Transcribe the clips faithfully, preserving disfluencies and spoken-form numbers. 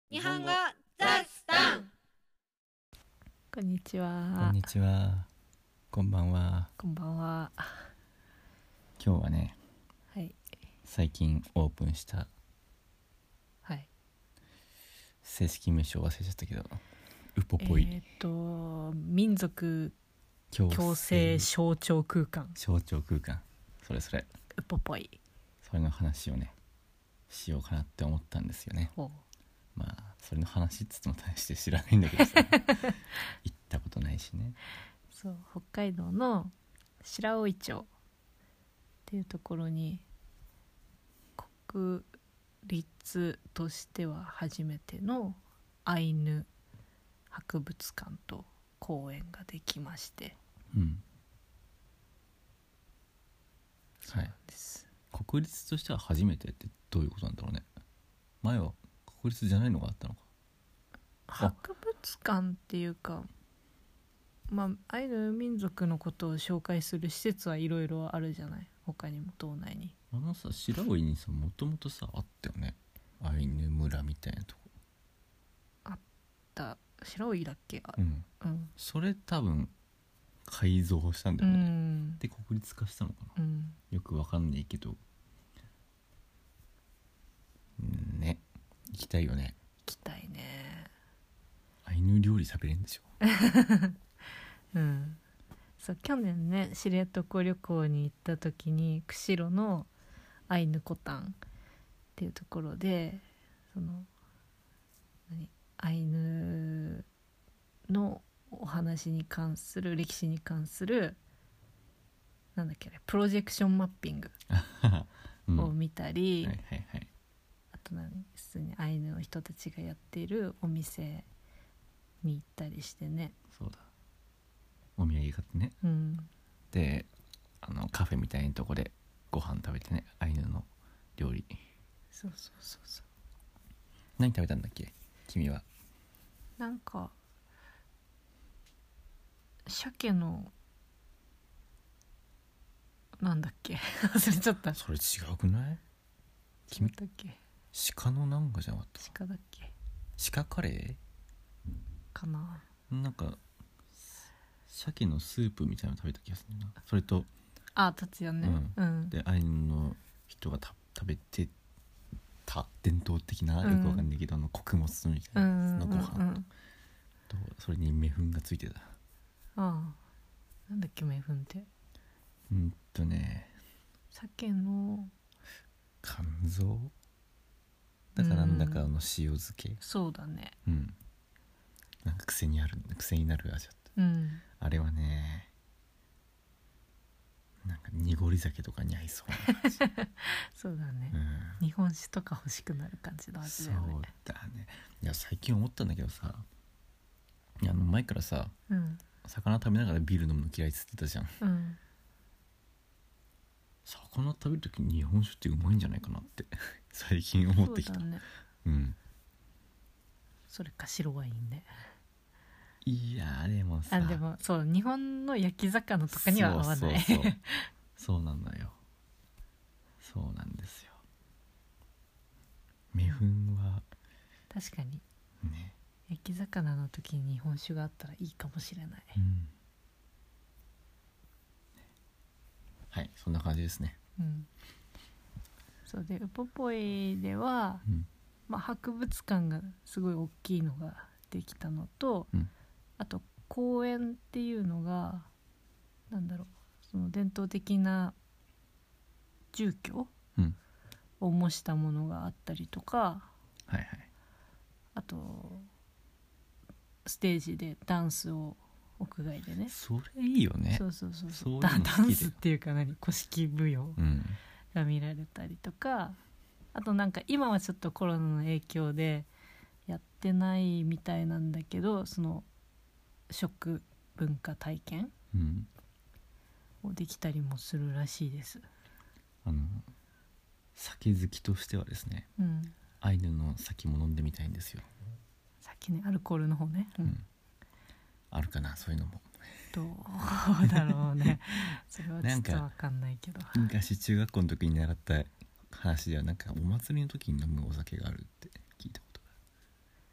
日本語ザスタン。 こんにちは。 こんにちは。こんばんは。 こんばんは。 今日はね、 はい。 最近オープンしたはい。 正式名称忘れちゃったけど、ウポポイ、 えっ、と民族共共生象徴空間象徴空間、それそれウポポイ。 それの話をねしようかなって思ったんですよね。 ほう。 まあそれの話っつっても大して知らないんだけどさ行ったことないしね。 そう、北海道の白老町っていうところに国立としては初めてのアイヌ博物館と公園ができまして、 うんはいそうです。 国立としては初めてってどういうことなんだろうね。前は国立じゃないのがあったのか。 博物館っていうか、まあアイヌ民族のことを紹介する施設はいろいろあるじゃない、他にも島内に。 あのさ白老にさもともとさあったよね、アイヌ村みたいなとこ。 だ白老だっけ。あ、 うんうんそれ多分改造したんだうよね、 んで国立化したのかな、 うんよくわかんないけどうんね、行きたいよね。 行きたいね。 アイヌ料理食べれんでしょうんそう、去年ね知床旅行に行った時に釧路のアイヌコタンっていうところで、その何アイヌのお話に関する、歴史に関するなんだっけ、プロジェクションマッピングうんを見たり、 はいはいはい。 あと何普通にアイヌの人たちがやっているお店に行ったりしてね。 そうだ、お土産買ってね、 うんであのカフェみたいなとこでご飯食べてね、アイヌの料理。 そうそうそうそう。 何食べたんだっけ君は。 なんか鮭のなんだっけ忘れちゃった。 それ違うくない？ 違ったっけ。 鹿のなんかじゃなかった？ 鹿だっけ鹿カレかな。 ーなんか鮭のスープみたいなの食べた気がするな。それとあ、達也ね。 ううんでアイヌの人がた食べてた伝統的な、 うんよくわかんないけどあの穀物みたいなやつのご飯と、 うんうんうん、 とそれに目粉がついてた。 ああ、なんだっけ目粉って。 うんとね鮭の肝臓だからなんだかあの塩漬け、 そうだね。 うんなんか癖にある癖になる味だった。 うんあれはねなんか濁り酒とかに合いそうな感じ、 そうだね、 うん、 日本酒とか欲しくなる感じの味そうだよね。 だね。いや最近思ったんだけどさ、いやあの前からさうん魚食べながらビール飲むの嫌いっつってたじゃん。 うん魚食べるときに日本酒ってうまいんじゃないかなって最近思ってきた。 そうだね。 うんそれか白ワインね。 いやでもさあ、でもそう、日本の焼き魚とかには合わない。 そうそうそうそうなんだよ。そうなんですよ。目粉は確かにね、 焼き魚の時に日本酒があったらいいかもしれない。 うんはいそんな感じですね。 うんそうでウポポイでは、 うんまあ、博物館がすごい大きいのができたのと、 うんあと公園っていうのがなんだろう、その伝統的な住居うんを模したものがあったりとか、 はいはい。 あとステージでダンスを屋外でね。 それいいよね。 そうそうそうそういうのダ好きだよダンスっていうか何、古式舞踊うんが見られたりとか、あとなんか今はちょっとコロナの影響でやってないみたいなんだけど、その食文化体験うんをできたりもするらしいです。 あの酒好きとしてはですね、 うんアイヌの酒も飲んでみたいんですよ。 さっきねアルコールの方ね、ううんんあるかなそういうのも。 どうだろうねそれはちょっと分かんないけど。 昔中学校の時に習った話ではなんかお祭りの時に飲むお酒があるって聞いたことが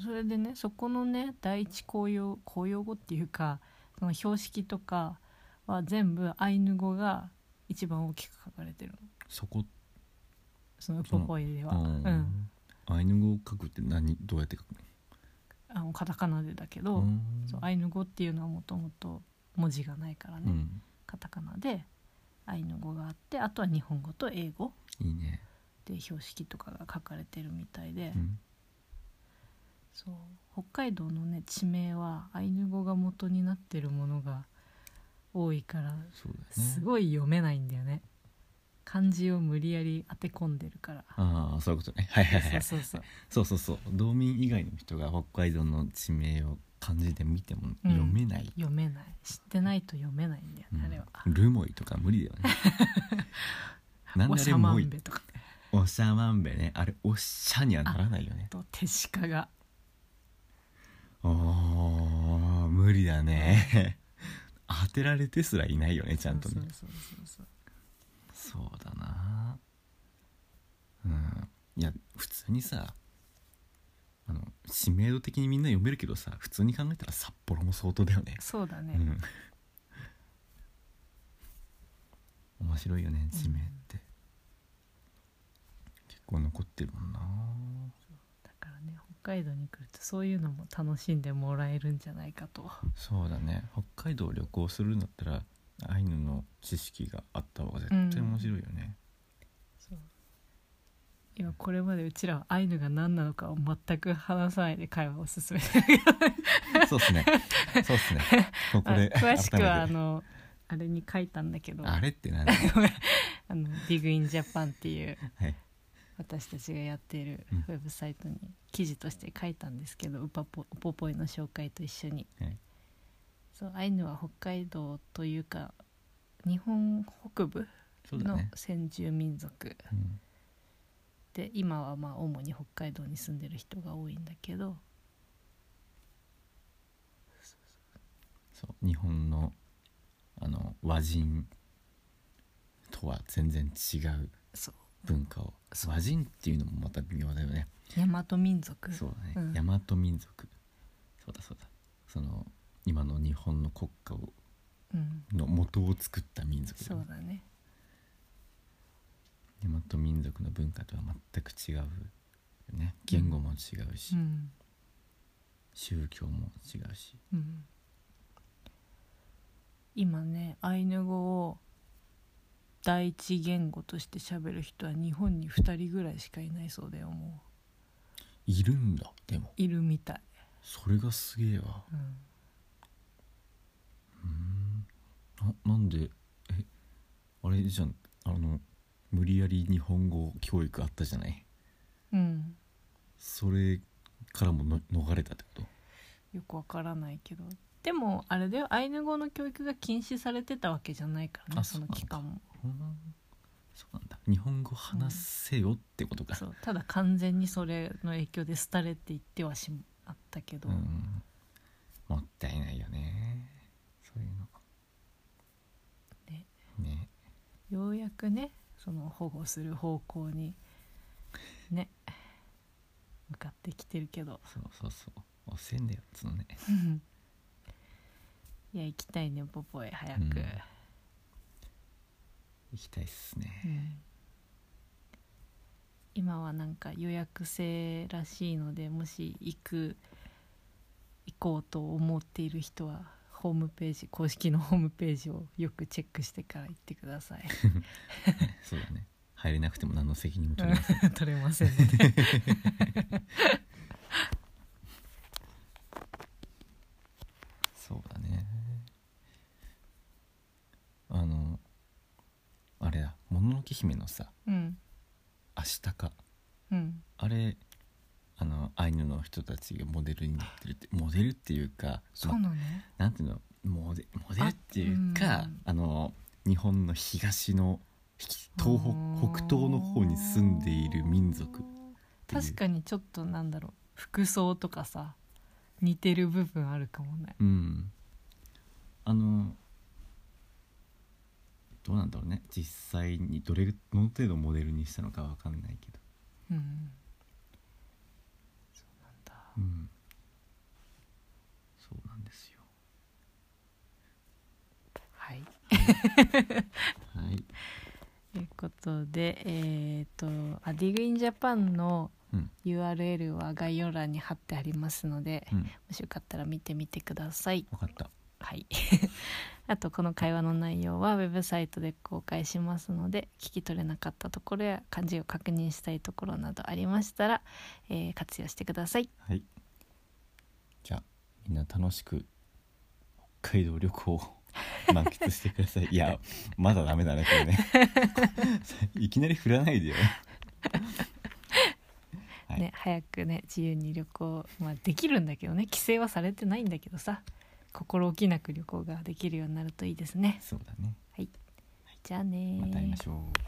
それでねそこのね第一公用公用語っていうかその標識とかは全部アイヌ語が一番大きく書かれてるの。 そこそのウポポイでは、 ううんん、 アイヌ語を書くって何どうやって書くあのカタカナでだけど、 の？うんそうアイヌ語っていうのはもともと文字がないからね、 うんカタカナでアイヌ語があって、あとは日本語と英語いいね。 で標識とかが書かれてるみたいで、 うんそう北海道のね地名はアイヌ語が元になってるものが多いからそうだよね。 すごい読めないんだよね。漢字を無理やり当て込んでるからああそういうことね。はいはいはい。 そうそうそうそうそうそう。道民以外の人が北海道の地名を漢字で見てもうん読めない。 読めない知ってないと読めないんだよね、 うんあれは。 ルモイとか無理だよね。なんおしゃまであれモイんべとかおしゃまんべね。あれおっしゃにはならないよね。 と手鹿がおー無理だね。当てられてすらいないよねちゃんとね。 そうそうそうそうそうだな。うんいや普通にさあの知名度的にみんな読めるけどさ普通に考えたら札幌も相当だよね。 そうだね、 うん面白いよね地名って、結構残ってるもんな。 だからね北海道に来るとそういうのも楽しんでもらえるんじゃないかと。 そうだね北海道を旅行するんだったらアイヌの知識があった方が絶対面白いよね、 そう今これまでうちらはアイヌが何なのかを全く話さないで会話を進めてるけどそうっすねそうっすねここで詳しくはあ改めてのあれに書いたんだけどあれって何だあの Dig in Japan っていうはい私たちがやっているうんウェブサイトに記事として書いたんですけど、ウパポウポポイの紹介と一緒に、 はいそうアイヌは北海道というか日本北部のそうだね、 先住民族うん、 で今はまあ主に北海道に住んでる人が多いんだけど、 そう日本のあの和人とは全然違うそう文化をそう和人っていうのもまた微妙だよね。 大和民族そうだね、 うん大和民族そうだそうだその今の日本の国家をうん、 の元を作った民族だよね。 そうだね大和民族の文化とは全く違うよね。言語も違うし、 うん、 宗教も違うし、 うん、今ねアイヌ語を第一言語として喋る人は日本にふたりぐらいしかいないそうだよ。もいるんだ。でもういるみたい、 それがすげえわ。 うん、 な, なんでえあれじゃんあの無理やり日本語教育あったじゃない。 うん、 それからもの逃れたってこと？ よくわからないけど、でもあれだよアイヌ語の教育が禁止されてたわけじゃないからね、 あその期間も。 うんそうなんだ。日本語話せよってことか。 そうただ完全にそれの影響で廃れていってはしまったけど、 うんもったいないよねそういうねのね。 ようやくねその保護する方向にね向かってきてるけどそうそうそう遅いんだよつのね。 いや行きたいねポポへ早く、 うん行きたいっすね。 うん今はなんか予約制らしいので、もし行く行こうと思っている人はホームページ公式のホームページをよくチェックしてから行ってください。 そうだね入れなくても何の責任も取れません。 取れませんのでそうだねあのあれだもののけ姫のさうんアシタカうんあれあのアイヌの人たちがモデルになってるってモデルっていうかそうなのなんていうのモデモデルっていうかあ,、 うんの日本の東の東北北東の方に住んでいる民族っていう確かにちょっとなんだろう服装とかさ似てる部分あるかもね。 うんあのどうなんだろうね実際にどれどの程度モデルにしたのかわかんないけどうんそうなんだ。 うんそうなんですよ。 はいはいということでえっ、とあディグインジャパンのうんユーアールエル は概要欄に貼ってありますので、 うんもしよかったら見てみてください。 分かった。 はいあとこの会話の内容はウェブサイトで公開しますので、聞き取れなかったところや漢字を確認したいところなどありましたら、えー活用してください。 はいじゃあみんな楽しく北海道旅行を満喫してください。いやまだダメだねこれねいきなり振らないでよはいね、早くね自由に旅行、まあ、できるんだけどね、規制はされてないんだけどさ、心置きなく旅行ができるようになるといいですね。 そうだね。 じゃあねーまた会いましょう。